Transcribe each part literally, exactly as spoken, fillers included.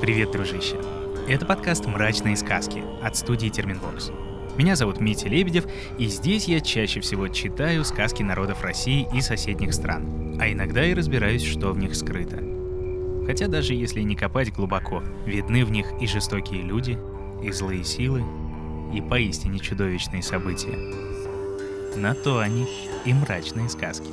Привет, дружище! Это подкаст «Мрачные сказки» от студии Терминвокс. Меня зовут Митя Лебедев, и здесь я чаще всего читаю сказки народов России и соседних стран, а иногда и разбираюсь, что в них скрыто. Хотя даже если не копать глубоко, видны в них и жестокие люди, и злые силы, и поистине чудовищные события. На то они и мрачные сказки.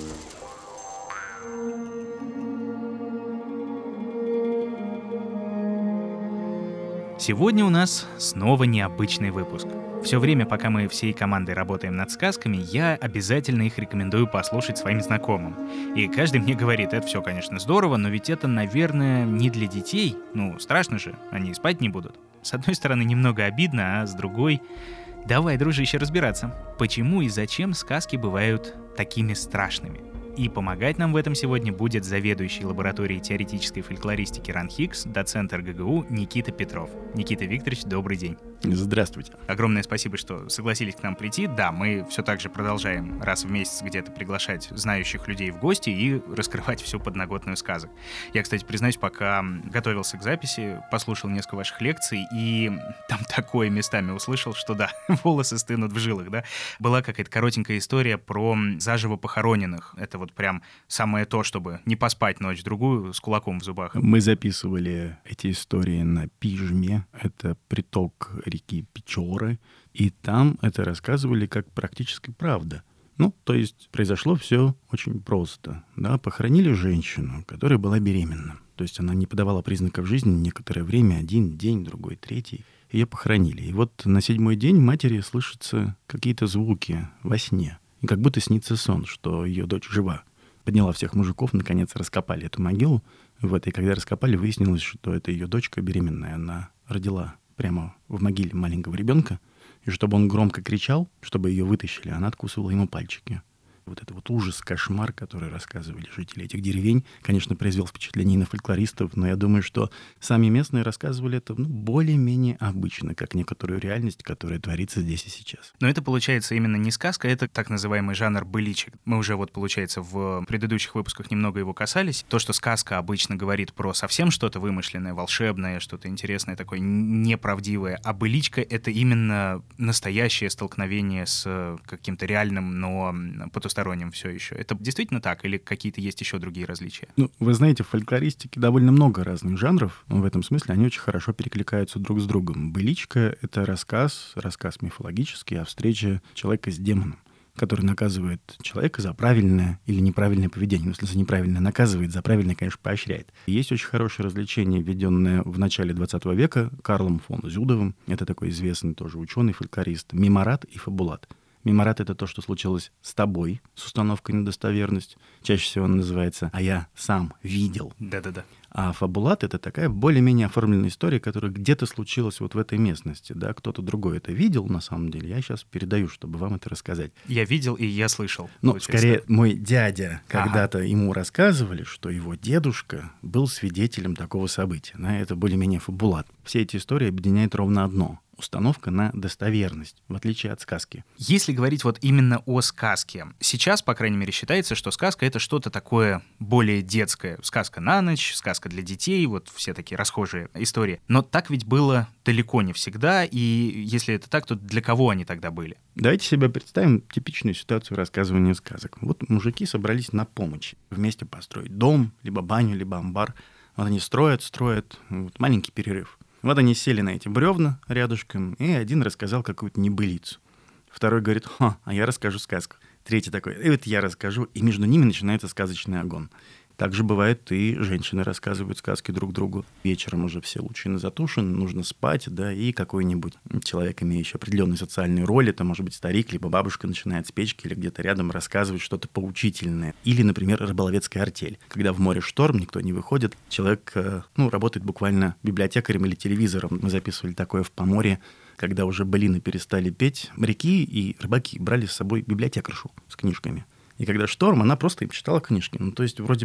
Сегодня у нас снова необычный выпуск. Все время, пока мы всей командой работаем над сказками, я обязательно их рекомендую послушать своим знакомым. И каждый мне говорит, это все, конечно, здорово, но ведь это, наверное, не для детей. Ну, страшно же, они спать не будут. С одной стороны, немного обидно, а с другой... Давай, дружище, разбираться, почему и зачем сказки бывают такими страшными. И помогать нам в этом сегодня будет заведующий лабораторией теоретической фольклористики РАНХИКС, доцент эр гэ гэ у Никита Петров. Никита Викторович, добрый день. Здравствуйте. Огромное спасибо, что согласились к нам прийти. Да, мы все так же продолжаем раз в месяц где-то приглашать знающих людей в гости и раскрывать всю подноготную сказок. Я, кстати, признаюсь, пока готовился к записи, послушал несколько ваших лекций, и там такое местами услышал, что да, волосы стынут в жилах, да. Была какая-то коротенькая история про заживо похороненных. Это вот прям самое то, чтобы не поспать ночь-другую с кулаком в зубах. Мы записывали эти истории на Пижме. Это приток реки Печоры, и там это рассказывали как практически правда. Ну, то есть произошло все очень просто. Да? Похоронили женщину, которая была беременна. То есть она не подавала признаков жизни некоторое время, один день, другой, третий. Ее похоронили. И вот на седьмой день матери слышатся какие-то звуки во сне. И как будто снится сон, что ее дочь жива. Подняла всех мужиков, наконец раскопали эту могилу. Вот, и когда раскопали, выяснилось, что это ее дочка беременная. Она родила прямо в могиле маленького ребенка, и чтобы он громко кричал, чтобы ее вытащили, она откусывала ему пальчики. Вот это вот ужас, кошмар, который рассказывали жители этих деревень, конечно, произвел впечатление и на фольклористов, но я думаю, что сами местные рассказывали это ну, более-менее обычно, как некоторую реальность, которая творится здесь и сейчас. Но это, получается, именно не сказка, это так называемый жанр быличек. Мы уже вот, получается, в предыдущих выпусках немного его касались. То, что сказка обычно говорит про совсем что-то вымышленное, волшебное, что-то интересное, такое неправдивое, а быличка — это именно настоящее столкновение с каким-то реальным, но потусторонним все еще. Это действительно так? Или какие-то есть еще другие различия? Ну, вы знаете, в фольклористике довольно много разных жанров. В этом смысле они очень хорошо перекликаются друг с другом. Быличка — это рассказ, рассказ мифологический о встрече человека с демоном, который наказывает человека за правильное или неправильное поведение. Ну, если за неправильное наказывает, за правильное, конечно, поощряет. Есть очень хорошее развлечение, введенное в начале двадцатого века Карлом фон Зюдовым. Это такой известный тоже ученый, фольклорист. Меморат и фабулат. Меморат — это то, что случилось с тобой, с установкой на достоверность. Чаще всего он называется «а я сам видел». Да-да-да. А фабулат — это такая более-менее оформленная история, которая где-то случилась вот в этой местности. Да? Кто-то другой это видел, на самом деле. Я сейчас передаю, чтобы вам это рассказать. Я видел и я слышал. Ну, скорее, мой дядя когда-то ага. ему рассказывали, что его дедушка был свидетелем такого события. Да? Это более-менее фабулат. Все эти истории объединяет ровно одно — установка на достоверность, в отличие от сказки. Если говорить вот именно о сказке, сейчас, по крайней мере, считается, что сказка — это что-то такое более детское. Сказка на ночь, сказка для детей, вот все такие расхожие истории. Но так ведь было далеко не всегда, и если это так, то для кого они тогда были? Давайте себе представим типичную ситуацию рассказывания сказок. Вот мужики собрались на помощь. Вместе построить дом, либо баню, либо амбар. Вот они строят, строят, вот маленький перерыв. Вот они сели на эти бревна рядышком, и один рассказал какую-то небылицу. Второй говорит: «Ха, а я расскажу сказку». Третий такой: «И вот я расскажу». И между ними начинается сказочный огонь. Также бывает, и женщины рассказывают сказки друг другу. Вечером уже все лучины затушены, нужно спать, да, и какой-нибудь человек, имеющий определенные социальные роли, это может быть старик, либо бабушка, начинает с печки или где-то рядом рассказывать что-то поучительное. Или, например, рыболовецкая артель. Когда в море шторм, никто не выходит, человек, ну, работает буквально библиотекарем или телевизором. Мы записывали такое в Поморье, когда уже былины перестали петь, моряки и рыбаки брали с собой библиотекаршу с книжками. И когда шторм, она просто им читала книжки. Ну, то есть, вроде бы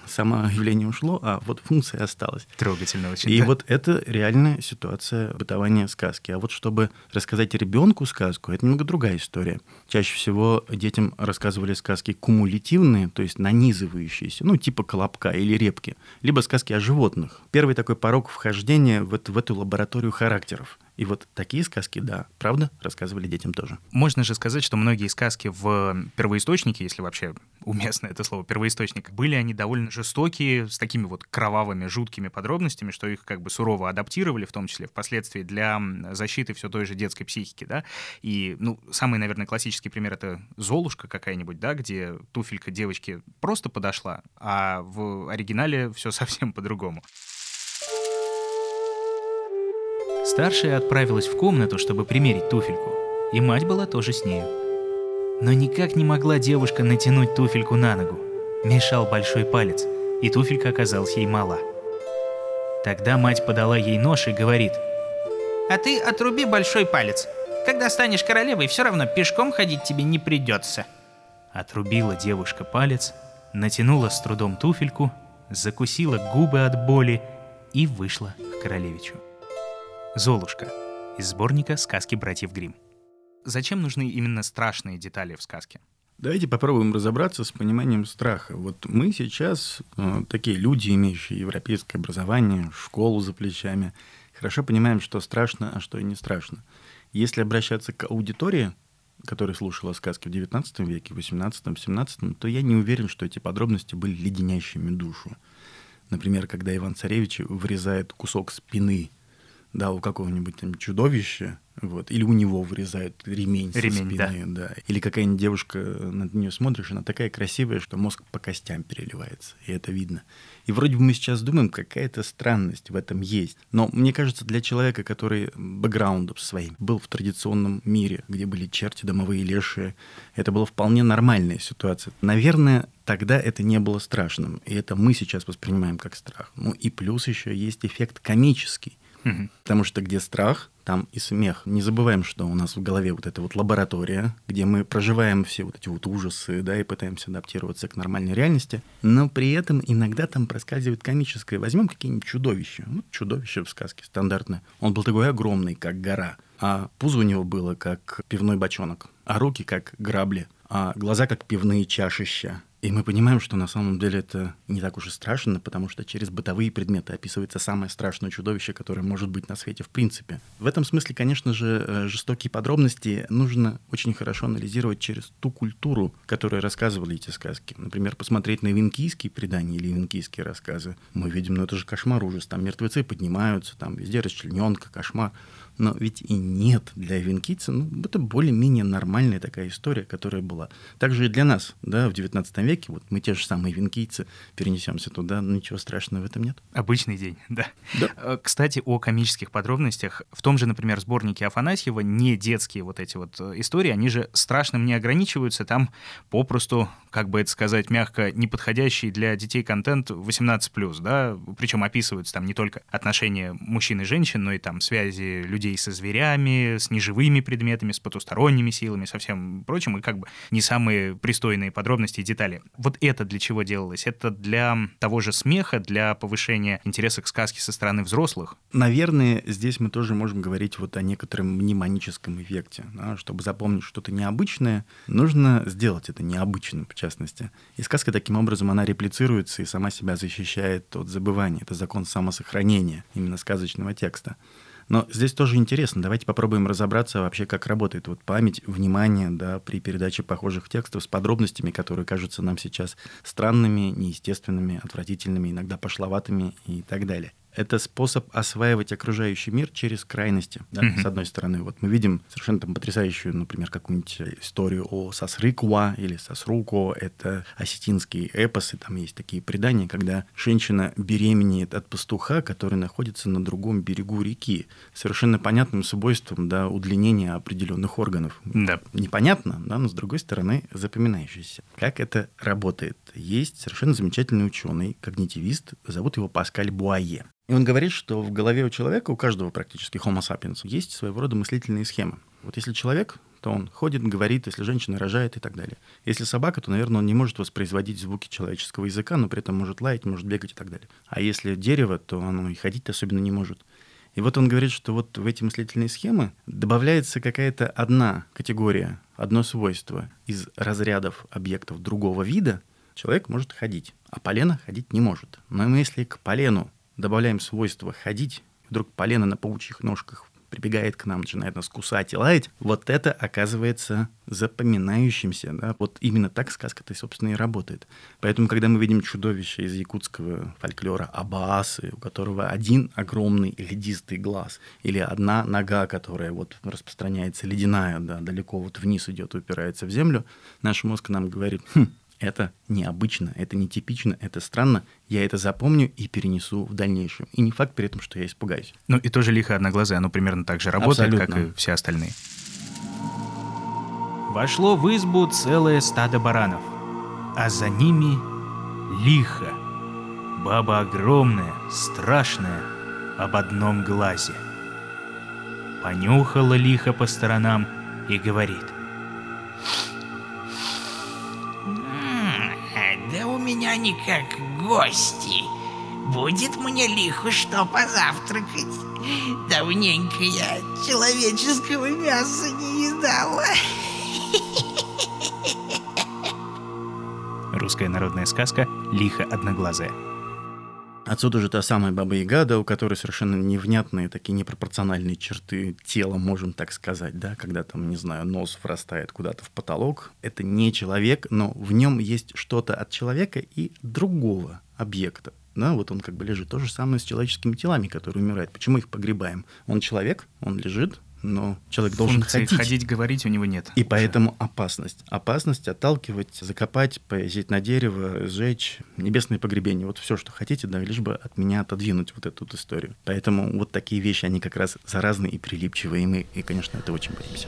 само явление ушло, а вот функция осталась. Трогательно очень. И да? вот это реальная ситуация бытования сказки. А вот чтобы рассказать ребенку сказку, это немного другая история. Чаще всего детям рассказывали сказки кумулятивные, то есть нанизывающиеся, ну, типа «Колобка» или «Репки», либо сказки о животных. Первый такой порог вхождения в эту, в эту лабораторию характеров. И вот такие сказки, да, правда, рассказывали детям тоже. Можно же сказать, что многие сказки в первоисточнике, если вообще уместно это слово первоисточник, были они довольно жестокие, с такими вот кровавыми, жуткими подробностями, что их как бы сурово адаптировали, в том числе впоследствии для защиты все той же детской психики, да. И, ну, самый, наверное, классический пример — это «Золушка» какая-нибудь, да, где туфелька девочки просто подошла, а в оригинале все совсем по-другому. Старшая отправилась в комнату, чтобы примерить туфельку, и мать была тоже с нею. Но никак не могла девушка натянуть туфельку на ногу. Мешал большой палец, и туфелька оказалась ей мала. Тогда мать подала ей нож и говорит: «А ты отруби большой палец. Когда станешь королевой, все равно пешком ходить тебе не придется». Отрубила девушка палец, натянула с трудом туфельку, закусила губы от боли и вышла к королевичу. «Золушка» из сборника «Сказки братьев Гримм». Зачем нужны именно страшные детали в сказке? Давайте попробуем разобраться с пониманием страха. Вот мы сейчас, э, такие люди, имеющие европейское образование, школу за плечами, хорошо понимаем, что страшно, а что и не страшно. Если обращаться к аудитории, которая слушала сказки в девятнадцатом веке, восемнадцатом, семнадцатом, то я не уверен, что эти подробности были леденящими душу. Например, когда Иван-Царевич вырезает кусок спины, да, у какого-нибудь там чудовища, вот, или у него вырезают ремень, ремень со спины, да. да. Или какая-нибудь девушка, на нее смотришь, она такая красивая, что мозг по костям переливается, и это видно. И вроде бы мы сейчас думаем, какая-то странность в этом есть. Но мне кажется, для человека, который бэкграундом своим был в традиционном мире, где были черти, домовые лешие, это была вполне нормальная ситуация. Наверное, тогда это не было страшным, и это мы сейчас воспринимаем как страх. Ну и плюс еще есть эффект комический. Mm-hmm. Потому что где страх, там и смех. Не забываем, что у нас в голове вот эта вот лаборатория, где мы проживаем все вот эти вот ужасы, да, и пытаемся адаптироваться к нормальной реальности, но при этом иногда там проскальзывает комическое. Возьмем какие-нибудь чудовища. Вот чудовище в сказке стандартное. Он был такой огромный, как гора, а пузо у него было, как пивной бочонок, а руки, как грабли, а глаза, как пивные чашища. И мы понимаем, что на самом деле это не так уж и страшно, потому что через бытовые предметы описывается самое страшное чудовище, которое может быть на свете в принципе. В этом смысле, конечно же, жестокие подробности нужно очень хорошо анализировать через ту культуру, которая рассказывали эти сказки. Например, посмотреть на винкийские предания или винкийские рассказы. Мы видим, ну это же кошмар, ужас. Там мертвецы поднимаются, там везде расчлененка, кошмар. Но ведь и нет для винкийца, ну, это более-менее нормальная такая история, которая была. Также и для нас, да, в девятнадцатом веке, вот мы те же самые винкийцы, перенесемся туда, ничего страшного в этом нет. Обычный день, да. да. Кстати, о комических подробностях. В том же, например, сборнике Афанасьева не детские вот эти вот истории, они же страшным не ограничиваются, там попросту, как бы это сказать мягко, неподходящий для детей контент восемнадцать плюс, да, причем описываются там не только отношения мужчин и женщин, но и там связи людей со зверями, с неживыми предметами, с потусторонними силами, со всем прочим, и как бы не самые пристойные подробности и детали. Вот это для чего делалось? Это для того же смеха, для повышения интереса к сказке со стороны взрослых? Наверное, здесь мы тоже можем говорить вот о некотором мнемоническом эффекте. Да? Чтобы запомнить что-то необычное, нужно сделать это необычным, в частности. И сказка таким образом, она реплицируется и сама себя защищает от забывания. Это закон самосохранения именно сказочного текста. Но здесь тоже интересно. Давайте попробуем разобраться вообще, как работает вот память, внимание, да, при передаче похожих текстов с подробностями, которые кажутся нам сейчас странными, неестественными, отвратительными, иногда пошловатыми и так далее. Это способ осваивать окружающий мир через крайности. Да? Mm-hmm. С одной стороны, вот мы видим совершенно там потрясающую, например, какую-нибудь историю о Сосрыкуа или Сосруко. Это осетинские эпосы, там есть такие предания, когда женщина беременеет от пастуха, который находится на другом берегу реки. Совершенно понятным свойством, да, удлинения определенных органов. Да. Непонятно, да, но с другой стороны запоминающееся. Как это работает? Есть совершенно замечательный ученый, когнитивист, зовут его Паскаль Буае. И он говорит, что в голове у человека, у каждого практически Homo sapiens, есть своего рода мыслительные схемы. Вот если человек то он ходит, говорит, если женщина рожает и так далее. Если собака, то, наверное, он не может воспроизводить звуки человеческого языка, но при этом может лаять, может бегать и так далее. А если дерево, то оно и ходить особенно не может. И вот он говорит, что вот в эти мыслительные схемы добавляется какая-то одна категория, одно свойство из разрядов объектов другого вида. Человек может ходить, а полено ходить не может. Но мы если к полену добавляем свойство ходить, вдруг полено на паучьих ножках прибегает к нам, начинает нас кусать и лаять, вот это оказывается запоминающимся. Да? Вот именно так сказка-то, собственно, и работает. Поэтому, когда мы видим чудовище из якутского фольклора Абаасы, у которого один огромный ледистый глаз, или одна нога, которая вот распространяется ледяная, да, далеко вот вниз идет, упирается в землю, наш мозг нам говорит: хм, это необычно, это нетипично, это странно, я это запомню и перенесу в дальнейшем. И не факт при этом, что я испугаюсь. Ну и тоже лихо одноглазое, оно примерно так же работает, Абсолютно. как и все остальные. Вошло в избу целое стадо баранов, а за ними лихо. Баба огромная, страшная, об одном глазе. Понюхала лихо по сторонам и говорит: да у меня никак гости. Будет мне лихо что позавтракать. Давненько я человеческого мяса не едала. Русская народная сказка «Лихо одноглазая». Отсюда же та самая Баба-Яга, да, у которой совершенно невнятные, такие непропорциональные черты тела, можем так сказать, да, когда там, не знаю, нос врастает куда-то в потолок. Это не человек, но в нем есть что-то от человека и другого объекта. Да, вот он как бы лежит. То же самое с человеческими телами, которые умирают. Почему их погребаем? Он человек, он лежит, но человек должен Функции ходить. ходить, говорить у него нет. И уже. поэтому опасность. Опасность отталкивать, закопать, повесить на дерево, сжечь, небесное погребение. Вот все, что хотите, да, лишь бы от меня отодвинуть вот эту вот историю. Поэтому вот такие вещи, они как раз заразные и прилипчивые. И мы, и, конечно, это очень боимся.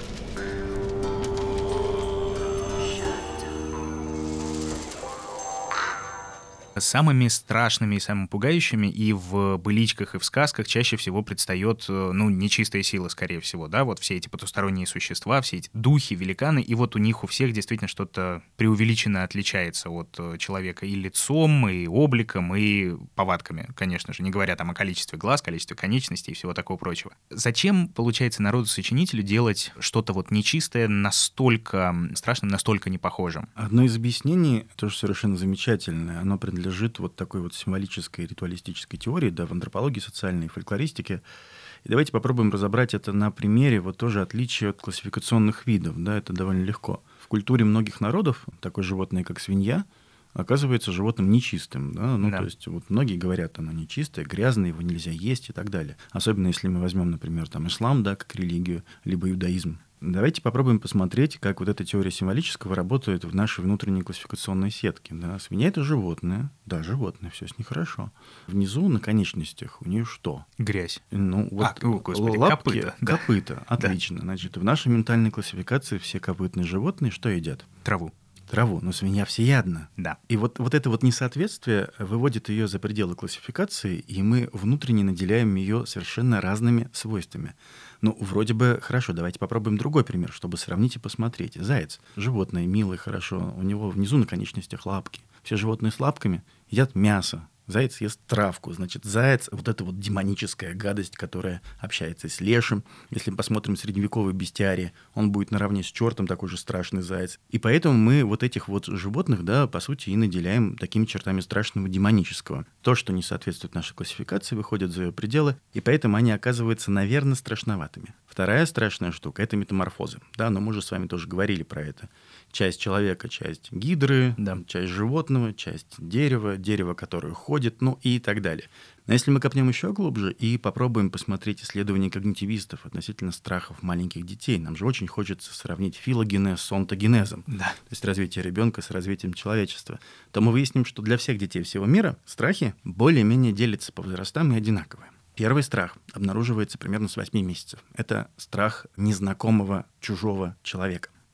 Самыми страшными и самыми пугающими и в быличках, и в сказках чаще всего предстает, ну, нечистая сила, скорее всего, да, вот все эти потусторонние существа, все эти духи, великаны, и вот у них у всех действительно что-то преувеличенно отличается от человека и лицом, и обликом, и повадками, конечно же, не говоря там о количестве глаз, количестве конечностей и всего такого прочего. Зачем, получается, народу-сочинителю делать что-то вот нечистое настолько страшным, настолько непохожим? Одно из объяснений, тоже совершенно замечательное, оно принадлежит вот такой вот символической ритуалистической теории, да, в антропологии, социальной фольклористике. И давайте попробуем разобрать это на примере вот тоже отличия от классификационных видов, да, это довольно легко. В культуре многих народов такое животное, как свинья, оказывается животным нечистым, да, ну, да. То есть вот многие говорят, оно нечистое, грязное, его нельзя есть и так далее. Особенно если мы возьмем, например, там ислам, да, как религию, либо иудаизм. Давайте попробуем посмотреть, как вот эта теория символического работает в нашей внутренней классификационной сетке. Да, свинья — это животное. Да, животное, все с ней хорошо. Внизу на конечностях у нее что? Грязь. Ну, вот а, о, господи, лапки, копыта. Да. Копыта, отлично. Да. Значит, в нашей ментальной классификации все копытные животные что едят? Траву. Траву, но свинья всеядна. Да. И вот, вот это вот несоответствие выводит ее за пределы классификации, и мы внутренне наделяем ее совершенно разными свойствами. Ну, вроде бы хорошо, давайте попробуем другой пример, чтобы сравнить и посмотреть. Заяц. Животное милое, хорошо, у него внизу на конечностях лапки. Все животные с лапками едят мясо. Заяц ест травку. Значит, заяц — вот эта вот демоническая гадость, которая общается с лешим. Если мы посмотрим средневековый бестиарий, он будет наравне с чертом такой же страшный заяц. И поэтому мы вот этих вот животных, да, по сути, и наделяем такими чертами страшного демонического. То, что не соответствует нашей классификации, выходит за ее пределы, и поэтому они оказываются, наверное, страшноватыми. Вторая страшная штука — это метаморфозы. Да, но мы уже с вами тоже говорили про это. Часть человека, часть гидры, да. часть животного, часть дерева, дерево, которое ходит, ну и так далее. Но если мы копнем еще глубже и попробуем посмотреть исследования когнитивистов относительно страхов маленьких детей, нам же очень хочется сравнить филогенез с онтогенезом, да. то есть развитие ребенка с развитием человечества, то мы выясним, что для всех детей всего мира страхи более-менее делятся по возрастам и одинаковые. Первый страх обнаруживается примерно с восьми месяцев. Это страх незнакомого чужого человека.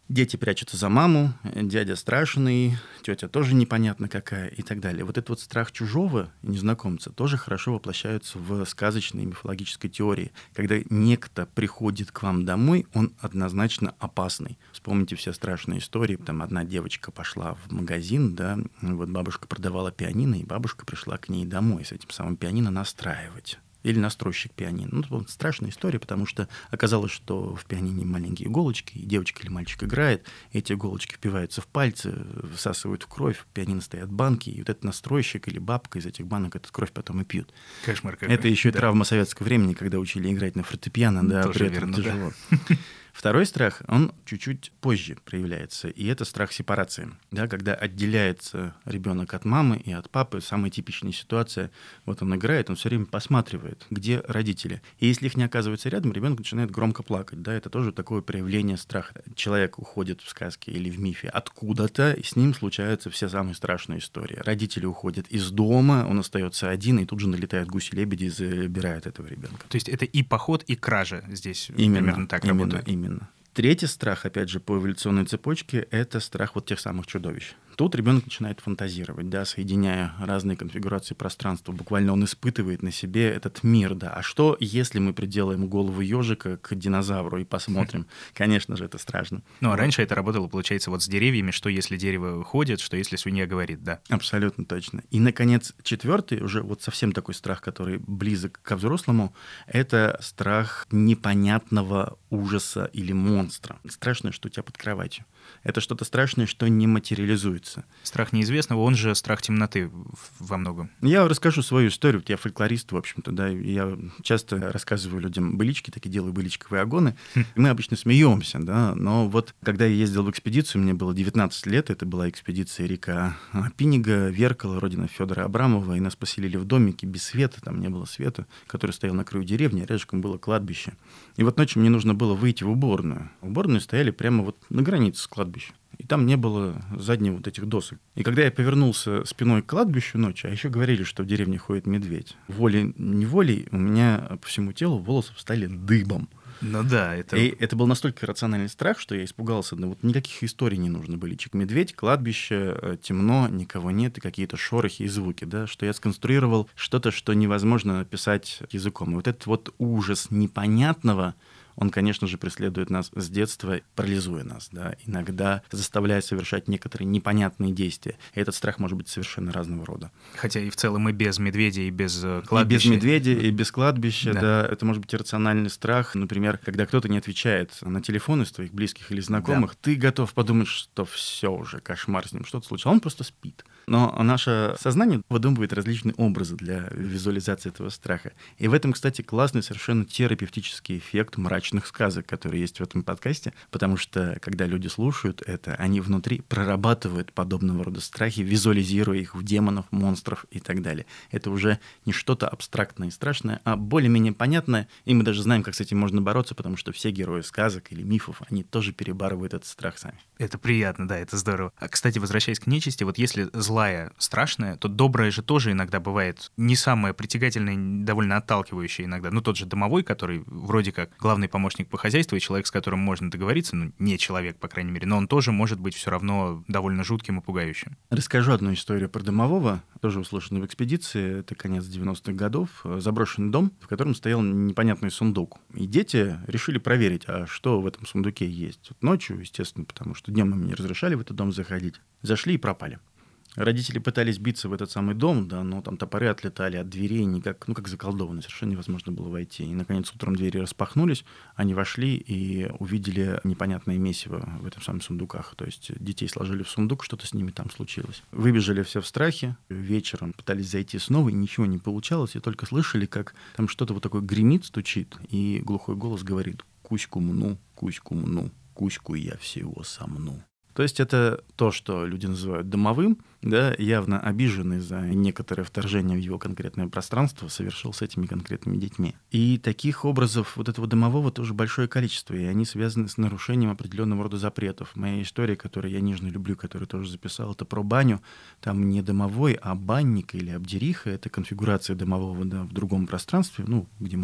Дети прячутся за маму, дядя страшный, тетя тоже непонятно какая и так далее. Вот этот вот страх чужого незнакомца тоже хорошо воплощается в сказочной мифологической теории. Когда некто приходит к вам домой, он однозначно опасный. Вспомните все страшные истории. Там одна девочка пошла в магазин, да, вот бабушка продавала пианино, и бабушка пришла к ней домой с этим самым пианино настраивать. Или настройщик пианино. Ну, это страшная история, потому что оказалось, что в пианине маленькие иголочки, и девочка или мальчик играет, эти иголочки впиваются в пальцы, высасывают в кровь, в пианино стоят банки, и вот этот настройщик или бабка из этих банок эту кровь потом и пьют. Кошмар какой. Это еще да. и травма советского времени, когда учили играть на фортепиано, да, Тоже при этом верно, тяжело. Да. Второй страх, он чуть-чуть позже проявляется, и это страх сепарации. Да, когда отделяется ребенок от мамы и от папы, самая типичная ситуация, вот он играет, он все время посматривает, где родители. И если их не оказывается рядом, ребенок начинает громко плакать. Да, это тоже такое проявление страха. Человек уходит в сказке или в мифе откуда-то, и с ним случаются все самые страшные истории. Родители уходят из дома, он остается один, и тут же налетают гуси-лебеди и забирают этого ребенка. То есть это и поход, и кража здесь именно, примерно так именно, работает. Именно. Третий страх, опять же, по эволюционной цепочке, это страх вот тех самых чудовищ. Тут ребенок начинает фантазировать, да, соединяя разные конфигурации пространства. Буквально он испытывает на себе этот мир, да. А что, если мы приделаем голову ежика к динозавру и посмотрим? Конечно же, это страшно. Ну, а раньше это работало, получается, вот с деревьями, что если дерево ходит, что если свинья говорит, да. Абсолютно точно. И, наконец, четвертый, уже вот совсем такой страх, который близок ко взрослому, это страх непонятного ужаса или монстра. Страшное, что у тебя под кроватью. Это что-то страшное, что не материализуется. Страх неизвестного, он же страх темноты во многом. Я расскажу свою историю. Я фольклорист, в общем-то, да. Я часто рассказываю людям былички, так и делаю быличковые огоны. И мы обычно смеемся, да. Но вот когда я ездил в экспедицию, мне было девятнадцать лет, это была экспедиция река Пинига, Веркало, родина Федора Абрамова, и нас поселили в домике без света, там не было света, который стоял на краю деревни, рядышком было кладбище. И вот ночью мне нужно было выйти в уборную. В уборную стояли прямо вот на границе с кладбищем. И там не было задних вот этих досок. И когда я повернулся спиной к кладбищу ночью, а еще говорили, что в деревне ходит медведь, волей-неволей у меня по всему телу волосы встали дыбом. Ну да, это... И это был настолько рациональный страх, что я испугался. Да вот никаких историй не нужно были. Чик-медведь, кладбище, темно, никого нет, и какие-то шорохи и звуки, да, что я сконструировал что-то, что невозможно описать языком. И вот этот вот ужас непонятного, он, конечно же, преследует нас с детства, парализуя нас, да, иногда заставляя совершать некоторые непонятные действия. И этот страх может быть совершенно разного рода. Хотя и в целом и без медведя, и без кладбища. И без медведя, и без кладбища, да. Да. да. Это может быть иррациональный страх. Например, когда кто-то не отвечает на телефон из твоих близких или знакомых, да. Ты готов подумать, что все уже, кошмар с ним, что-то случилось. Он просто спит. Но наше сознание выдумывает различные образы для визуализации этого страха. И в этом, кстати, классный совершенно терапевтический эффект мрачных сказок, которые есть в этом подкасте, потому что, когда люди слушают это, они внутри прорабатывают подобного рода страхи, визуализируя их в демонов, монстров и так далее. Это уже не что-то абстрактное и страшное, а более-менее понятное, и мы даже знаем, как с этим можно бороться, потому что все герои сказок или мифов, они тоже перебарывают этот страх сами. Это приятно, да, это здорово. А, кстати, возвращаясь к нечисти, вот если злая страшная, то добрая же тоже иногда бывает не самая притягательная, довольно отталкивающая иногда. Ну, тот же домовой, который вроде как главный помощник по хозяйству и человек, с которым можно договориться, ну, не человек, по крайней мере, но он тоже может быть все равно довольно жутким и пугающим. Расскажу одну историю про домового, тоже услышанную в экспедиции, это конец девяностых годов, заброшенный дом, в котором стоял непонятный сундук. И дети решили проверить, а что в этом сундуке есть. Вот ночью, естественно, потому что днем им не разрешали в этот дом заходить. Зашли и пропали. Родители пытались биться в этот самый дом, да, но там топоры отлетали от дверей, никак, ну, как заколдованно, совершенно невозможно было войти. И, наконец, утром двери распахнулись, они вошли и увидели непонятное месиво в этом самом сундуках. То есть детей сложили в сундук, что-то с ними там случилось. Выбежали все в страхе, вечером пытались зайти снова, и ничего не получалось, и только слышали, как там что-то вот такое гремит, стучит, и глухой голос говорит: «Куську мну, куську мну, куську я всего сомну». То есть это то, что люди называют домовым, да, явно обиженный за некоторое вторжение в его конкретное пространство, совершил с этими конкретными детьми. И таких образов вот этого домового тоже большое количество, и они связаны с нарушением определенного рода запретов. Моя история, которую я нежно люблю, которую тоже записал, это про баню. Там не домовой, а банник или обдериха. Это конфигурация домового, да, в другом пространстве, ну, где моются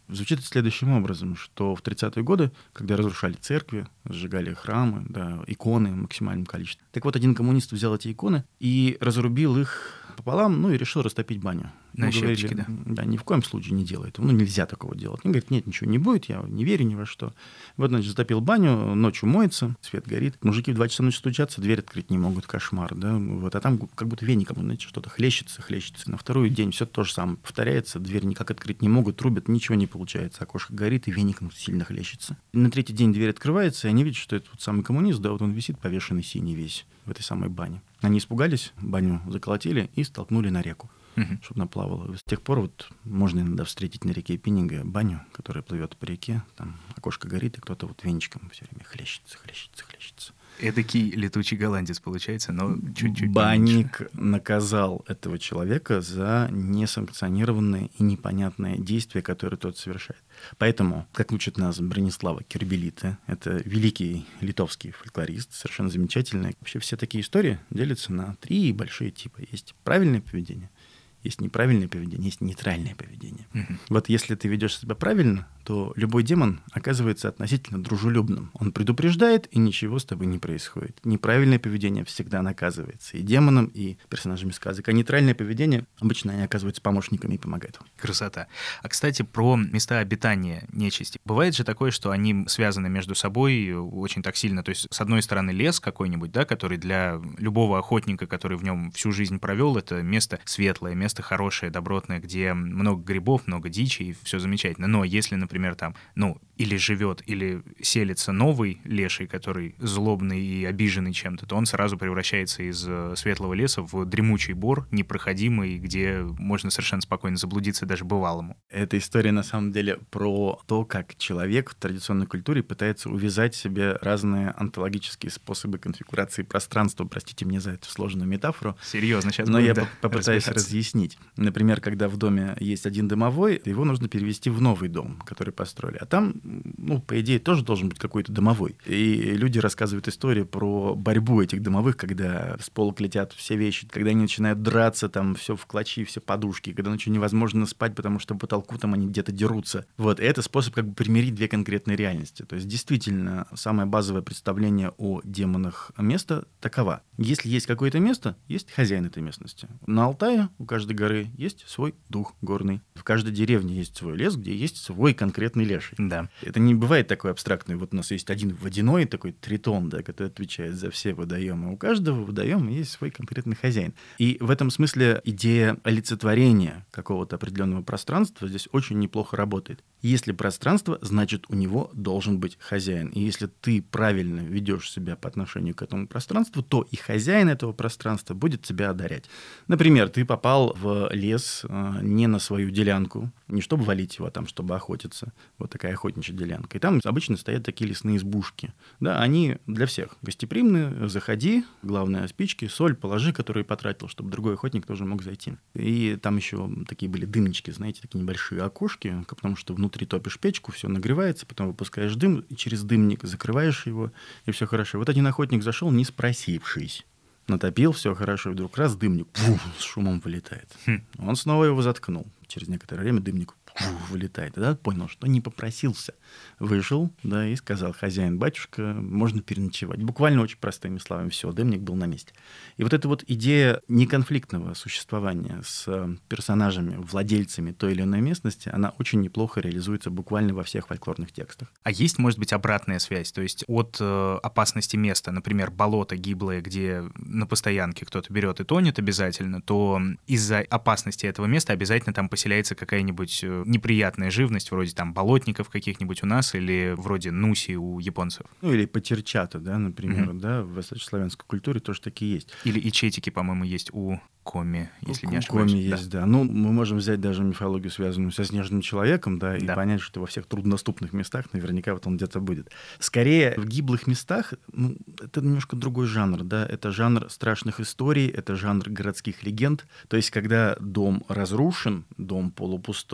Звучит следующим образом, что в тридцатые годы, когда разрушали церкви, сжигали храмы, да, иконы в максимальном количестве. Так вот, один коммунист взял эти иконы и разрубил их пополам, ну и решил растопить баню. На Ну, щепочки, говорили, да. Да, ни в коем случае не делай этого. Ну, нельзя такого делать. Он говорит, нет, ничего не будет, я не верю ни во что. Вот, значит, затопил баню, ночью моется, свет горит. Мужики в два часа ночи стучатся, дверь открыть не могут, кошмар, да. Вот, а там как будто веником, знаете, что-то хлещется, хлещется. На второй день все то же самое повторяется, дверь никак открыть не могут, трубят, ничего не получается. Окошко горит, и веником сильно хлещется. И на третий день дверь открывается, и они видят, что это вот самый коммунист, да, вот он висит повешенный синий весь в этой самой бане. Они испугались, баню заколотили и столкнули на реку, Мгм. чтобы она плавала. С тех пор вот можно иногда встретить на реке Пиннинга баню, которая плывет по реке, там окошко горит, и кто-то вот веничком все время хлещется, хлещется, хлещется. Эдакий летучий голландец получается, но чуть-чуть поменьше. Банник наказал этого человека за несанкционированное и непонятное действие, которое тот совершает. Поэтому, как учит нас Бронислава Кербелита, это великий литовский фольклорист, совершенно замечательный. Вообще все такие истории делятся на три большие типа. Есть правильное поведение, есть неправильное поведение, есть нейтральное поведение. Мгм. Вот если ты ведешь себя правильно, то любой демон оказывается относительно дружелюбным. Он предупреждает, и ничего с тобой не происходит. Неправильное поведение всегда наказывается и демоном, и персонажами сказок. А нейтральное поведение обычно они оказываются помощниками и помогают. Красота. А, кстати, про места обитания нечисти. Бывает же такое, что они связаны между собой очень так сильно. То есть, с одной стороны, лес какой-нибудь, да, который для любого охотника, который в нем всю жизнь провел, это место светлое, место хорошее, добротное, где много грибов, много дичи, и все замечательно. Но если, например, там, ну, или живет, или селится новый леший, который злобный и обиженный чем-то, то он сразу превращается из э, светлого леса в дремучий бор, непроходимый, где можно совершенно спокойно заблудиться даже бывалому. Эта история, на самом деле, про то, как человек в традиционной культуре пытается увязать себе разные онтологические способы конфигурации пространства. Простите мне за эту сложную метафору. Серьезно, сейчас Но будем, я да, по- попытаюсь разбираться. разъяснить. Например, когда в доме есть один домовой, его нужно перевести в новый дом, который построили. А там, ну, по идее, тоже должен быть какой-то домовой. И люди рассказывают истории про борьбу этих домовых, когда с полок летят все вещи, когда они начинают драться, там все в клочки, все подушки, когда ночью невозможно спать, потому что по потолку там они где-то дерутся. Вот, и это способ как бы примирить две конкретные реальности. То есть, действительно, самое базовое представление о демонах места такова. Если есть какое-то место, есть хозяин этой местности. На Алтае у каждой горы есть свой дух горный. В каждой деревне есть свой лес, где есть свой конкретный леший. Да. Это не бывает такой абстрактный. Вот у нас есть один водяной такой тритон, да, который отвечает за все водоемы. У каждого водоема есть свой конкретный хозяин. И в этом смысле идея олицетворения какого-то определенного пространства здесь очень неплохо работает. Если пространство, значит, у него должен быть хозяин. И если ты правильно ведешь себя по отношению к этому пространству, то и хозяин этого пространства будет тебя одарять. Например, ты попал в лес э, не на свою делянку, не чтобы валить его, а там, чтобы охотиться. Вот такая охотничья делянка. И там обычно стоят такие лесные избушки. Да, они для всех гостеприимные. Заходи, главное, спички, соль положи, которую потратил, чтобы другой охотник тоже мог зайти. И там еще такие были дымнички, знаете, такие небольшие окошки, потому что внутри топишь печку, все нагревается, потом выпускаешь дым, и через дымник закрываешь его, и все хорошо. Вот один охотник зашел, не спросившись. Натопил, все хорошо, и вдруг раз дымник пух, с шумом вылетает. Хм. Он снова его заткнул. Через некоторое время дымник пух, вылетает. Тогда понял, что не попросился. Вышел, да, и сказал: хозяин, батюшка, можно переночевать. Буквально очень простыми словами. Все, дымник был на месте. И вот эта вот идея неконфликтного существования с персонажами, владельцами той или иной местности, она очень неплохо реализуется буквально во всех фольклорных текстах. А есть, может быть, обратная связь? То есть от э, опасности места, например, болото гиблое, где на постоянке кто-то берет и тонет обязательно, то из-за опасности этого места обязательно там поселяется какая-нибудь э, неприятная живность, вроде там болотников каких-нибудь у нас или вроде нуси у японцев. Ну, или потерчата, да, например, Мгм. да, в восточнославянской культуре тоже такие есть. Или ичетики, по-моему, есть у коми, если не У ошибаюсь. коми Да. есть, да. Ну, мы можем взять даже мифологию, связанную со снежным человеком, да, и Да. понять, что во всех труднодоступных местах наверняка вот он где-то будет. Скорее, в гиблых местах, ну, это немножко другой жанр, да, это жанр страшных историй, это жанр городских легенд. То есть, когда дом разрушен, дом полупустой,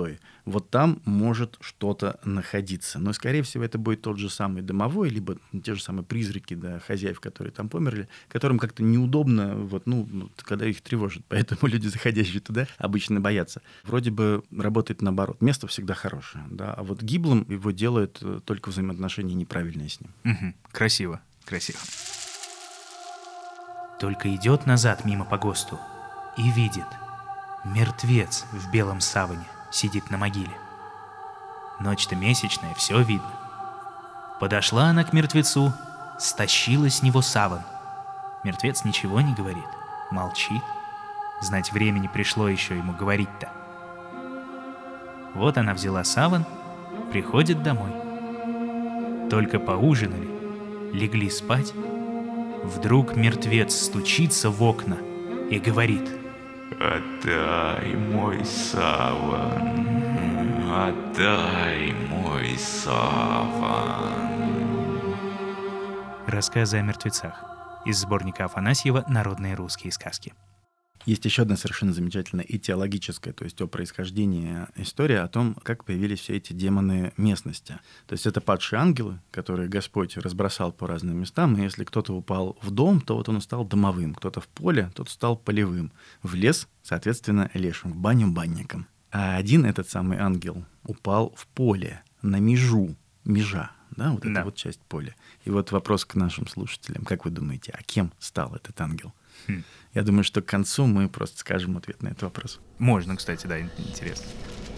вот там может что-то находиться. Но, скорее всего, это будет тот же самый домовой, либо те же самые призраки, да, хозяев, которые там померли, которым как-то неудобно, вот, ну, когда их тревожит. Поэтому люди, заходящие туда, обычно боятся. Вроде бы работает наоборот. Место всегда хорошее, да, а вот гиблым его делает только взаимоотношения неправильные с ним. Угу. Красиво, красиво. Только идет назад мимо по ГОСТу и видит. Мертвец в белом саване сидит на могиле. Ночь-то месячная, все видно. Подошла она к мертвецу, стащила с него саван. Мертвец ничего не говорит, молчит. Знать, времени пришло еще ему говорить-то. Вот она взяла саван, приходит домой. Только поужинали, легли спать. Вдруг мертвец стучится в окна и говорит: «Отдай мой саван, отдай мой саван». Рассказы о мертвецах из сборника Афанасьева «Народные русские сказки». Есть еще одна совершенно замечательная этиологическая, то есть о происхождении история о том, как появились все эти демоны местности. То есть это падшие ангелы, которые Господь разбросал по разным местам, и если кто-то упал в дом, то вот он стал домовым, кто-то в поле, тот стал полевым, в лес, соответственно, лешим, в баню банником. А один этот самый ангел упал в поле, на межу, межа, да, вот да. эта вот часть поля. И вот вопрос к нашим слушателям. Как вы думаете, а кем стал этот ангел? Хм. Я думаю, что к концу мы просто скажем ответ на этот вопрос. Можно, кстати, да, интересно.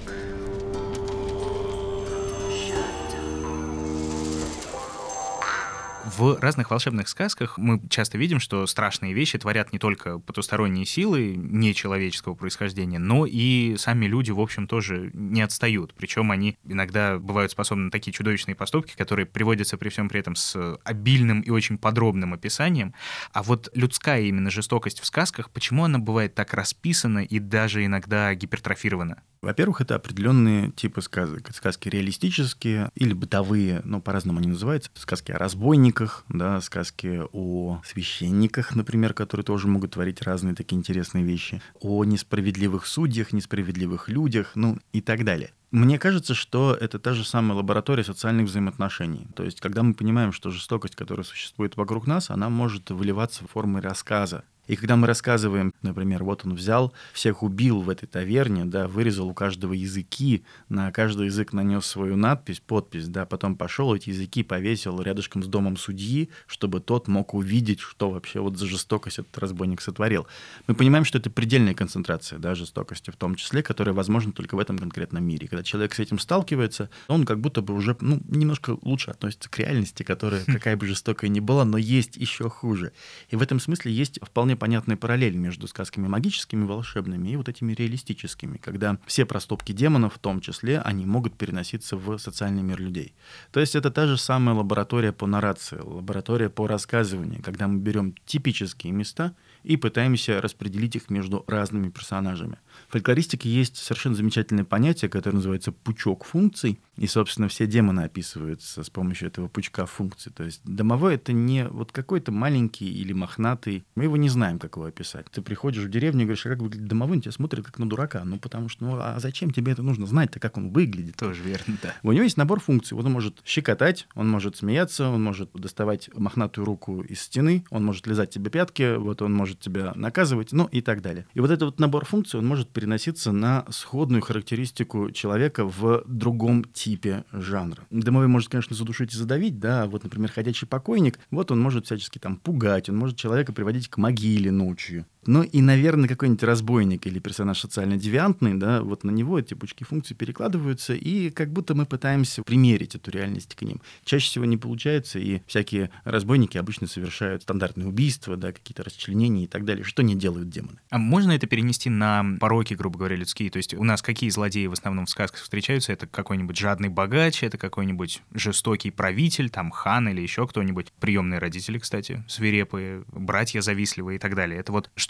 В разных волшебных сказках мы часто видим, что страшные вещи творят не только потусторонние силы нечеловеческого происхождения, но и сами люди, в общем, тоже не отстают. Причем они иногда бывают способны на такие чудовищные поступки, которые приводятся при всем при этом с обильным и очень подробным описанием. А вот людская именно жестокость в сказках, почему она бывает так расписана и даже иногда гипертрофирована? Во-первых, это определенные типы сказок. Сказки реалистические или бытовые, ну, по-разному они называются. Сказки о разбойниках, да, сказки о священниках, например, которые тоже могут творить разные такие интересные вещи, о несправедливых судьях, несправедливых людях, ну, и так далее. Мне кажется, что это та же самая лаборатория социальных взаимоотношений. То есть, когда мы понимаем, что жестокость, которая существует вокруг нас, она может выливаться в формы рассказа. И когда мы рассказываем, например, вот он взял, всех убил в этой таверне, да, вырезал у каждого языки, на каждый язык нанес свою надпись, подпись, да, потом пошел эти языки повесил рядышком с домом судьи, чтобы тот мог увидеть, что вообще вот за жестокость этот разбойник сотворил. Мы понимаем, что это предельная концентрация, да, жестокости в том числе, которая возможна только в этом конкретном мире. Когда человек с этим сталкивается, он как будто бы уже, ну, немножко лучше относится к реальности, которая, какая бы жестокая ни была, но есть еще хуже. И в этом смысле есть вполне понятная параллель между сказками магическими, волшебными и вот этими реалистическими, когда все проступки демонов, в том числе, они могут переноситься в социальный мир людей. То есть это та же самая лаборатория по наррации, лаборатория по рассказыванию, когда мы берем типические места и пытаемся распределить их между разными персонажами. В фольклористике есть совершенно замечательное понятие, которое называется пучок функций, и, собственно, все демоны описываются с помощью этого пучка функций. То есть домовой — это не вот какой-то маленький или мохнатый, мы его не знаем, как его описать. Ты приходишь в деревню и говоришь, а как выглядит домовой, тебя смотрят как на дурака, ну потому что, ну а зачем тебе это нужно знать-то, как он выглядит? Тоже верно, да. У него есть набор функций, вот он может щекотать, он может смеяться, он может доставать мохнатую руку из стены, он может лизать тебе пятки, вот он может тебя наказывать, ну и так далее. И вот этот вот набор функций, он может переноситься на сходную характеристику человека в другом типе жанра. Домовой может, конечно, задушить и задавить, да, вот, например, ходячий покойник, вот он может всячески там пугать, он может человека приводить к могиле ночью. Ну и, наверное, какой-нибудь разбойник или персонаж социально девиантный, да, вот на него эти пучки функций перекладываются, и как будто мы пытаемся примерить эту реальность к ним. Чаще всего не получается, и всякие разбойники обычно совершают стандартные убийства, да, какие-то расчленения и так далее, что не делают демоны. А можно это перенести на пороки, грубо говоря, людские? То есть у нас какие злодеи в основном в сказках встречаются? Это какой-нибудь жадный богач, это какой-нибудь жестокий правитель, там хан или еще кто-нибудь, приемные родители, кстати, свирепые, братья завистливые и так далее. Это вот что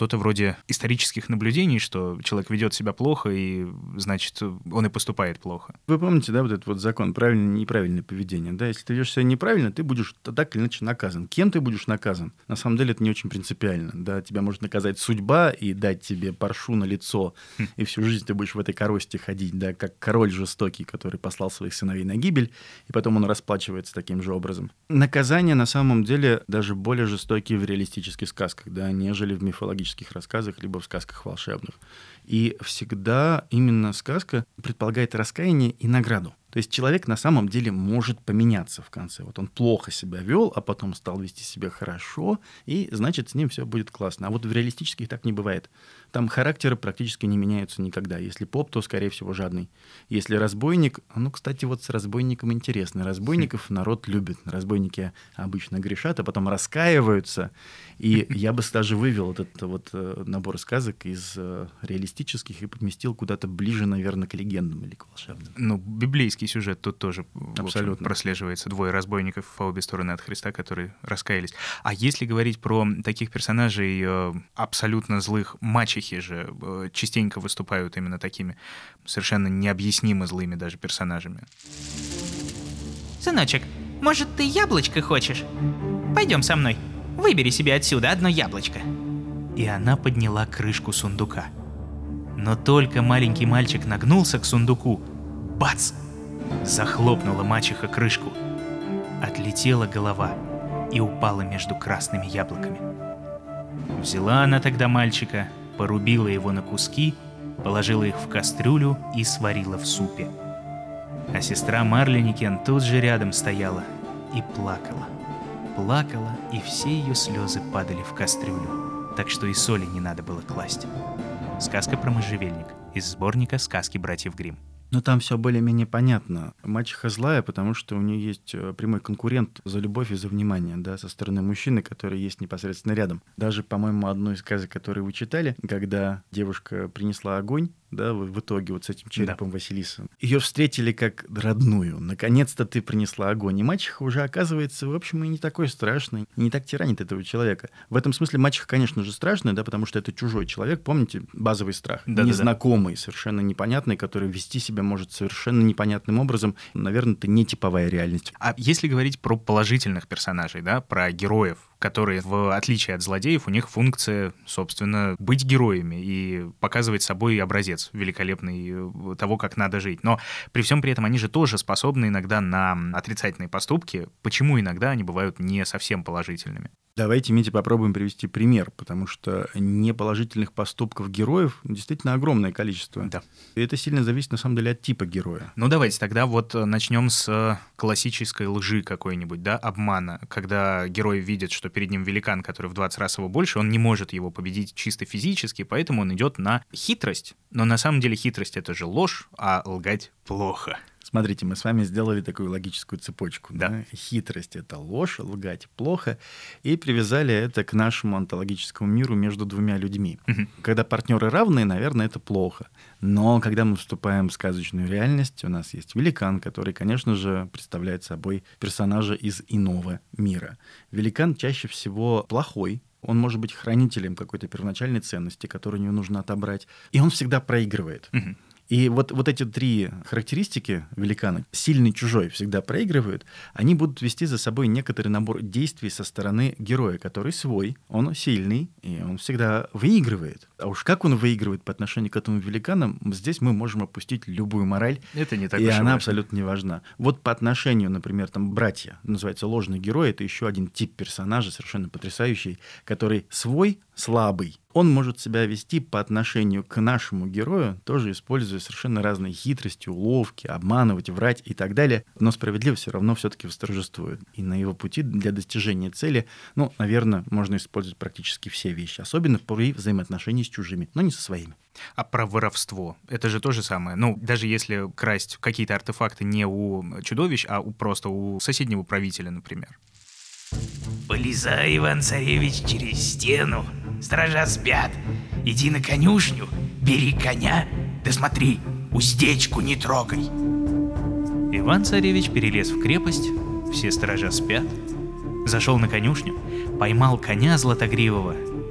что-то вроде исторических наблюдений, что человек ведет себя плохо, и, значит, он и поступает плохо. Вы помните, да, вот этот вот закон правильное и неправильное поведение, да? Если ты ведешь себя неправильно, ты будешь так или иначе наказан. Кем ты будешь наказан? На самом деле это не очень принципиально, да? Тебя может наказать судьба и дать тебе паршу на лицо, хм. и всю жизнь ты будешь в этой коросте ходить, да, как король жестокий, который послал своих сыновей на гибель, и потом он расплачивается таким же образом. Наказания на самом деле даже более жестокие в реалистических сказках, да, нежели в мифологических рассказах, либо в сказках волшебных. И всегда именно сказка предполагает раскаяние и награду. То есть человек на самом деле может поменяться в конце. Вот он плохо себя вел, а потом стал вести себя хорошо, и значит, с ним все будет классно. А вот в реалистических так не бывает. Там характеры практически не меняются никогда. Если поп, то, скорее всего, жадный. Если разбойник, ну, кстати, вот с разбойником интересно. Разбойников народ любит. Разбойники обычно грешат, а потом раскаиваются. И я бы даже вывел этот вот набор сказок из реалистических и поместил куда-то ближе, наверное, к легендам или к волшебным. Ну, библейский сюжет тут тоже абсолютно общем, прослеживается. Двое разбойников по обе стороны от Христа, которые раскаялись. А если говорить про таких персонажей э, абсолютно злых, мачехи же э, частенько выступают именно такими совершенно необъяснимо злыми даже персонажами. Сыночек, может, ты яблочко хочешь? Пойдем со мной. Выбери себе отсюда одно яблочко. И она подняла крышку сундука. Но только маленький мальчик нагнулся к сундуку. Бац! Захлопнула мачеха крышку. Отлетела голова и упала между красными яблоками. Взяла она тогда мальчика, порубила его на куски, положила их в кастрюлю и сварила в супе. А сестра Марленикен тут же рядом стояла и плакала. Плакала, и все ее слезы падали в кастрюлю, так что и соли не надо было класть. Сказка про можжевельник из сборника «Сказки братьев Гримм». Но там все более-менее понятно. Мачеха злая, потому что у нее есть прямой конкурент за любовь и за внимание, да, со стороны мужчины, который есть непосредственно рядом. Даже, по-моему, одну из сказок, которые вы читали, когда девушка принесла огонь, да, в итоге вот с этим черепом, да, Василиса. Ее встретили как родную. Наконец-то ты принесла огонь. И мачеха уже оказывается, в общем, и не такой страшный, не так тиранит этого человека. В этом смысле мачеха, конечно же, страшная, да, потому что это чужой человек. Помните, базовый страх? Да, незнакомый, да, да. Совершенно непонятный, который вести себя может совершенно непонятным образом. Наверное, это не типовая реальность. А если говорить про положительных персонажей, да, про героев, которые, в отличие от злодеев, у них функция, собственно, быть героями и показывать собой образец великолепный того, как надо жить. Но при всем при этом они же тоже способны иногда на отрицательные поступки. Почему иногда они бывают не совсем положительными? Давайте, Митя, попробуем привести пример, потому что неположительных поступков героев действительно огромное количество. Да. И это сильно зависит, на самом деле, от типа героя. Ну, давайте тогда вот начнем с классической лжи какой-нибудь, да, обмана, когда герой видит, что перед ним великан, который в двадцать раз его больше, он не может его победить чисто физически, поэтому он идет на хитрость. Но на самом деле хитрость — это же ложь, а лгать плохо. Смотрите, мы с вами сделали такую логическую цепочку. Да. Да? Хитрость — это ложь, лгать плохо, и привязали это к нашему онтологическому миру между двумя людьми. Угу. Когда партнеры равные, наверное, это плохо. Но когда мы вступаем в сказочную реальность, у нас есть великан, который, конечно же, представляет собой персонажа из иного мира. Великан чаще всего плохой. Он может быть хранителем какой-то первоначальной ценности, которую у него нужно отобрать. И он всегда проигрывает. Угу. И вот, вот эти три характеристики великана, сильный, чужой, всегда проигрывают, они будут вести за собой некоторый набор действий со стороны героя, который свой, он сильный, и он всегда выигрывает. А уж как он выигрывает по отношению к этому великану, здесь мы можем опустить любую мораль, это не так и уж она важно. Абсолютно не важна. Вот по отношению, например, там братья, называется ложный герой, это еще один тип персонажа, совершенно потрясающий, который свой, слабый, он может себя вести по отношению к нашему герою, тоже используя совершенно разные хитрости, уловки, обманывать, врать и так далее. Но справедливость все равно все-таки восторжествует. И на его пути для достижения цели, ну, наверное, можно использовать практически все вещи, особенно при взаимоотношении с чужими, но не со своими. А про воровство? Это же то же самое. Ну, даже если красть какие-то артефакты не у чудовищ, а у, просто у соседнего правителя, например. Полезай, Иван-царевич, через стену. Стража спят. Иди на конюшню, бери коня, да смотри, уздечку не трогай. Иван-царевич перелез в крепость, все стража спят, зашел на конюшню, поймал коня златогривого,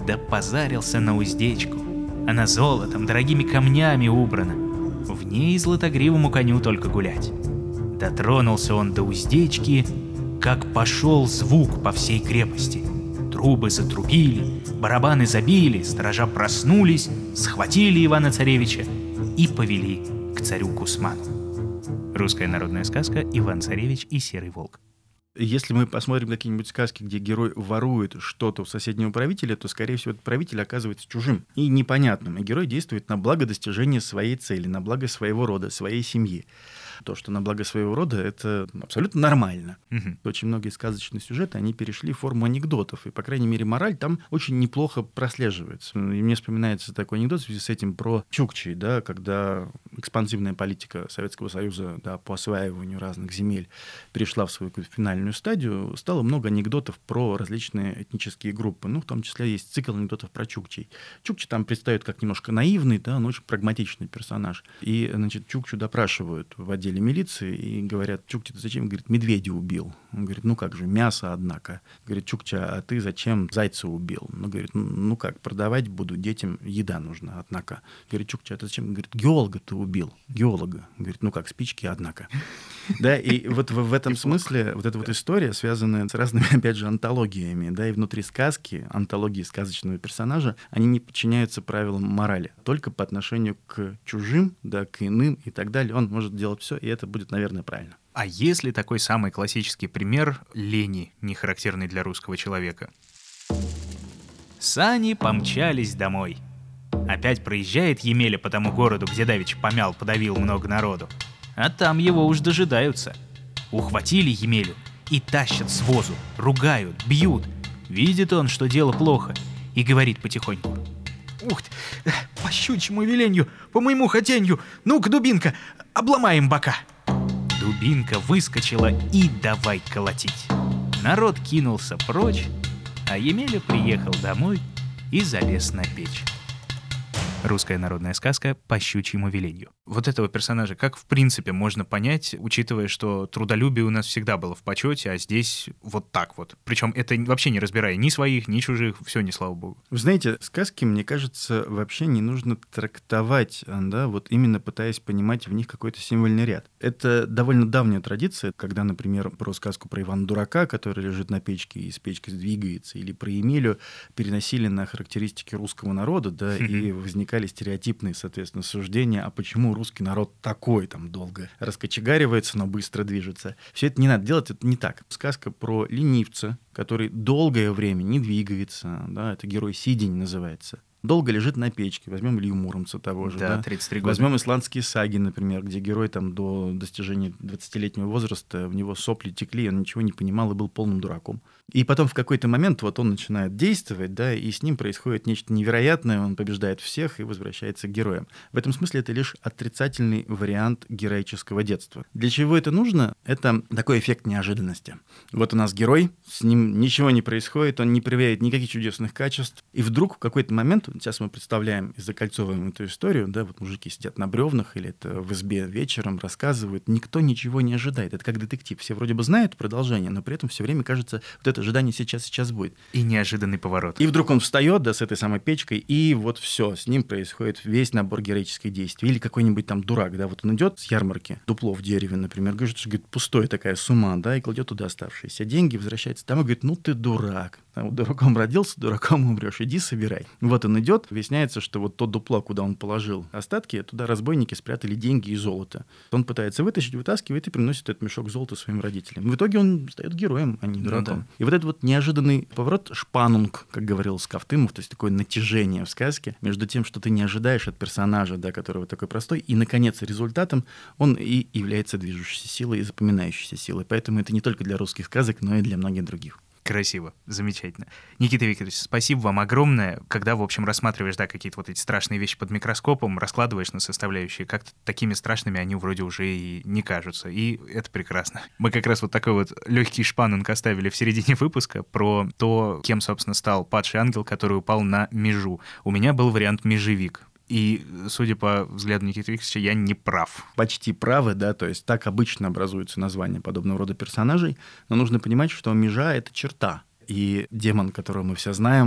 да позарился на уздечку. Она золотом, дорогими камнями убрана. В ней златогривому коню только гулять. Дотронулся он до уздечки, как пошел звук по всей крепости. Трубы затрубили, барабаны забили, сторожа проснулись, схватили Ивана-Царевича и повели к царю Кусману. Русская народная сказка «Иван-Царевич и Серый волк». Если мы посмотрим какие-нибудь сказки, где герой ворует что-то у соседнего правителя, то, скорее всего, этот правитель оказывается чужим и непонятным. И герой действует на благо достижения своей цели, на благо своего рода, своей семьи. То, что на благо своего рода, это абсолютно нормально. Угу. Очень многие сказочные сюжеты, они перешли в форму анекдотов, и, по крайней мере, мораль там очень неплохо прослеживается. И мне вспоминается такой анекдот в связи с этим про Чукчей, да, когда экспансивная политика Советского Союза, да, по осваиванию разных земель перешла в свою финальную стадию, стало много анекдотов про различные этнические группы. Ну, в том числе есть цикл анекдотов про Чукчей. Чукчи там предстает как немножко наивный, да, но очень прагматичный персонаж. И, значит, Чукчу допрашивают в отделе милиции и говорят: Чукча, ты зачем? Говорит: медведя убил. Он говорит: ну как же, мясо, однако. Говорит: Чукча, а ты зачем зайца убил? Ну, говорит: ну как, продавать буду, детям еда нужна, однако. Говорит: Чукча, а ты зачем? Говорит: геолога ты убил. Геолога. Говорит: ну как, спички, однако. Да, и вот в, в этом смысле вот эта вот история, связанная с разными, опять же, антологиями, да, и внутри сказки, антологии сказочного персонажа, они не подчиняются правилам морали. Только по отношению к чужим, да, к иным и так далее, он может делать все, и это будет, наверное, правильно. А если такой самый классический пример лени, не характерный для русского человека? Сани помчались домой. Опять проезжает Емеля по тому городу, где давеча помял, подавил много народу. А там его уж дожидаются. Ухватили Емелю и тащат с возу, ругают, бьют. Видит он, что дело плохо, и говорит потихоньку: «Ух ты, по щучьему веленью, по моему хотенью, ну-ка, дубинка, обломаем бока». Дубинка выскочила и давай колотить. Народ кинулся прочь, а Емеля приехал домой и залез на печь. Русская народная сказка «По щучьему веленью». Вот этого персонажа как в принципе можно понять, учитывая, что трудолюбие у нас всегда было в почете, а здесь вот так вот. Причем это вообще не разбирая ни своих, ни чужих, все не слава богу. Вы знаете, сказки, мне кажется, вообще не нужно трактовать, да, вот именно пытаясь понимать в них какой-то символьный ряд. Это довольно давняя традиция, когда, например, про сказку про Ивана-дурака, который лежит на печке и с печкой сдвигается, или про Емелю переносили на характеристики русского народа, да, и возникали стереотипные, соответственно, суждения, а почему русский народ такой, там, долго раскочегаривается, но быстро движется. Все это не надо делать, это не так. Сказка про ленивца, который долгое время не двигается, да, это герой Сидень называется. Долго лежит на печке. Возьмем Илью Муромца того же. Да, да? тридцать три года. Возьмем исландские саги, например, где герой там до достижения двадцатилетнего возраста, в него сопли текли, он ничего не понимал и был полным дураком. И потом в какой-то момент вот он начинает действовать, да, и с ним происходит нечто невероятное, он побеждает всех и возвращается к героям. В этом смысле это лишь отрицательный вариант героического детства. Для чего это нужно? Это такой эффект неожиданности. Вот у нас герой, с ним ничего не происходит, он не проявляет никаких чудесных качеств, и вдруг в какой-то момент, сейчас мы представляем и закольцовываем эту историю, да, вот мужики сидят на бревнах или это в избе вечером, рассказывают, никто ничего не ожидает. Это как детектив. Все вроде бы знают продолжение, но при этом все время кажется, вот это ожидание сейчас, сейчас будет. И неожиданный поворот. И вдруг он встает, да, с этой самой печкой, и вот все, с ним происходит весь набор героических действий. Или какой-нибудь там дурак, да, вот он идет с ярмарки, дупло в дереве, например, говорит, что, говорит, пустое такая сумма, да, и кладет туда оставшиеся деньги, возвращается домой, говорит, ну ты дурак. А вот дураком родился, дураком умрешь, иди собирай. Вот он идет, выясняется, что вот то дупло, куда он положил остатки, туда разбойники спрятали деньги и золото. Он пытается вытащить, вытаскивает и приносит этот мешок золота своим родителям. В итоге он стает героем, а не дураком. Ну, да. И вот этот вот неожиданный поворот, шпанунг, как говорил Скафтымов, то есть такое натяжение в сказке между тем, что ты не ожидаешь от персонажа, да, которого такой простой, и, наконец, результатом он и является движущейся силой и запоминающейся силой. Поэтому это не только для русских сказок, но и для многих других. Красиво, замечательно. Никита Викторович, спасибо вам огромное. Когда, в общем, рассматриваешь, да, какие-то вот эти страшные вещи под микроскопом, раскладываешь на составляющие, как-то такими страшными они вроде уже и не кажутся. И это прекрасно. Мы как раз вот такой вот легкий шпанинг оставили в середине выпуска про то, кем, собственно, стал падший ангел, который упал на межу. У меня был вариант межевик. И, судя по взгляду Никиты Викторовича, я не прав. Почти правы, да, то есть так обычно образуются названия подобного рода персонажей, но нужно понимать, что межа — это черта. И демон, которого мы все знаем,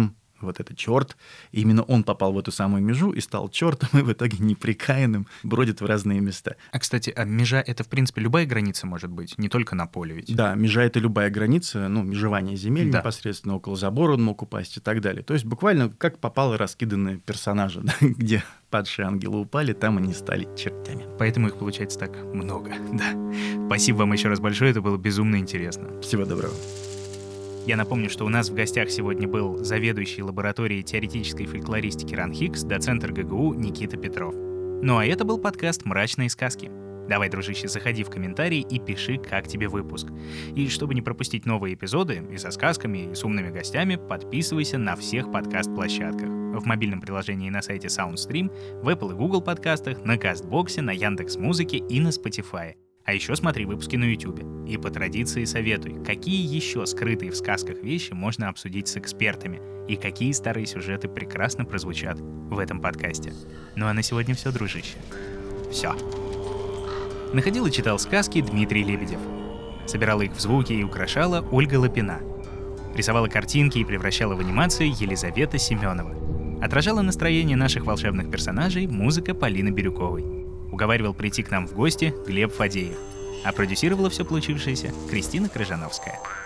вот этот черт. Именно он попал в эту самую межу и стал чертом, и в итоге неприкаянным бродит в разные места. А, кстати, а межа — это, в принципе, любая граница может быть, не только на поле ведь? Да, межа — это любая граница, ну, межевание земель, да. Непосредственно около забора он мог упасть и так далее. То есть буквально как попало раскиданные персонажи, да, где падшие ангелы упали, там они стали чертями. Поэтому их получается так много, да. Спасибо вам еще раз большое, это было безумно интересно. Всего доброго. Я напомню, что у нас в гостях сегодня был заведующий лабораторией теоретической фольклористики РАН Хикс, доцент эр гэ гэ у Никита Петров. Ну а это был подкаст «Мрачные сказки». Давай, дружище, заходи в комментарии и пиши, как тебе выпуск. И чтобы не пропустить новые эпизоды и со сказками, и с умными гостями, подписывайся на всех подкаст-площадках. В мобильном приложении на сайте SoundStream, в Apple и Google подкастах, на Кастбоксе, на Яндекс.Музыке и на Spotify. А еще смотри выпуски на YouTube. И по традиции советуй, какие еще скрытые в сказках вещи можно обсудить с экспертами, и какие старые сюжеты прекрасно прозвучат в этом подкасте. Ну а на сегодня все, дружище. Все. Находил и читал сказки Дмитрий Лебедев. Собирала их в звуки и украшала Ольга Лапина. Рисовала картинки и превращала в анимацию Елизавета Семенова. Отражала настроение наших волшебных персонажей музыка Полины Бирюковой. Уговаривал прийти к нам в гости Глеб Фадеев. А продюсировала все получившееся Кристина Крыжановская.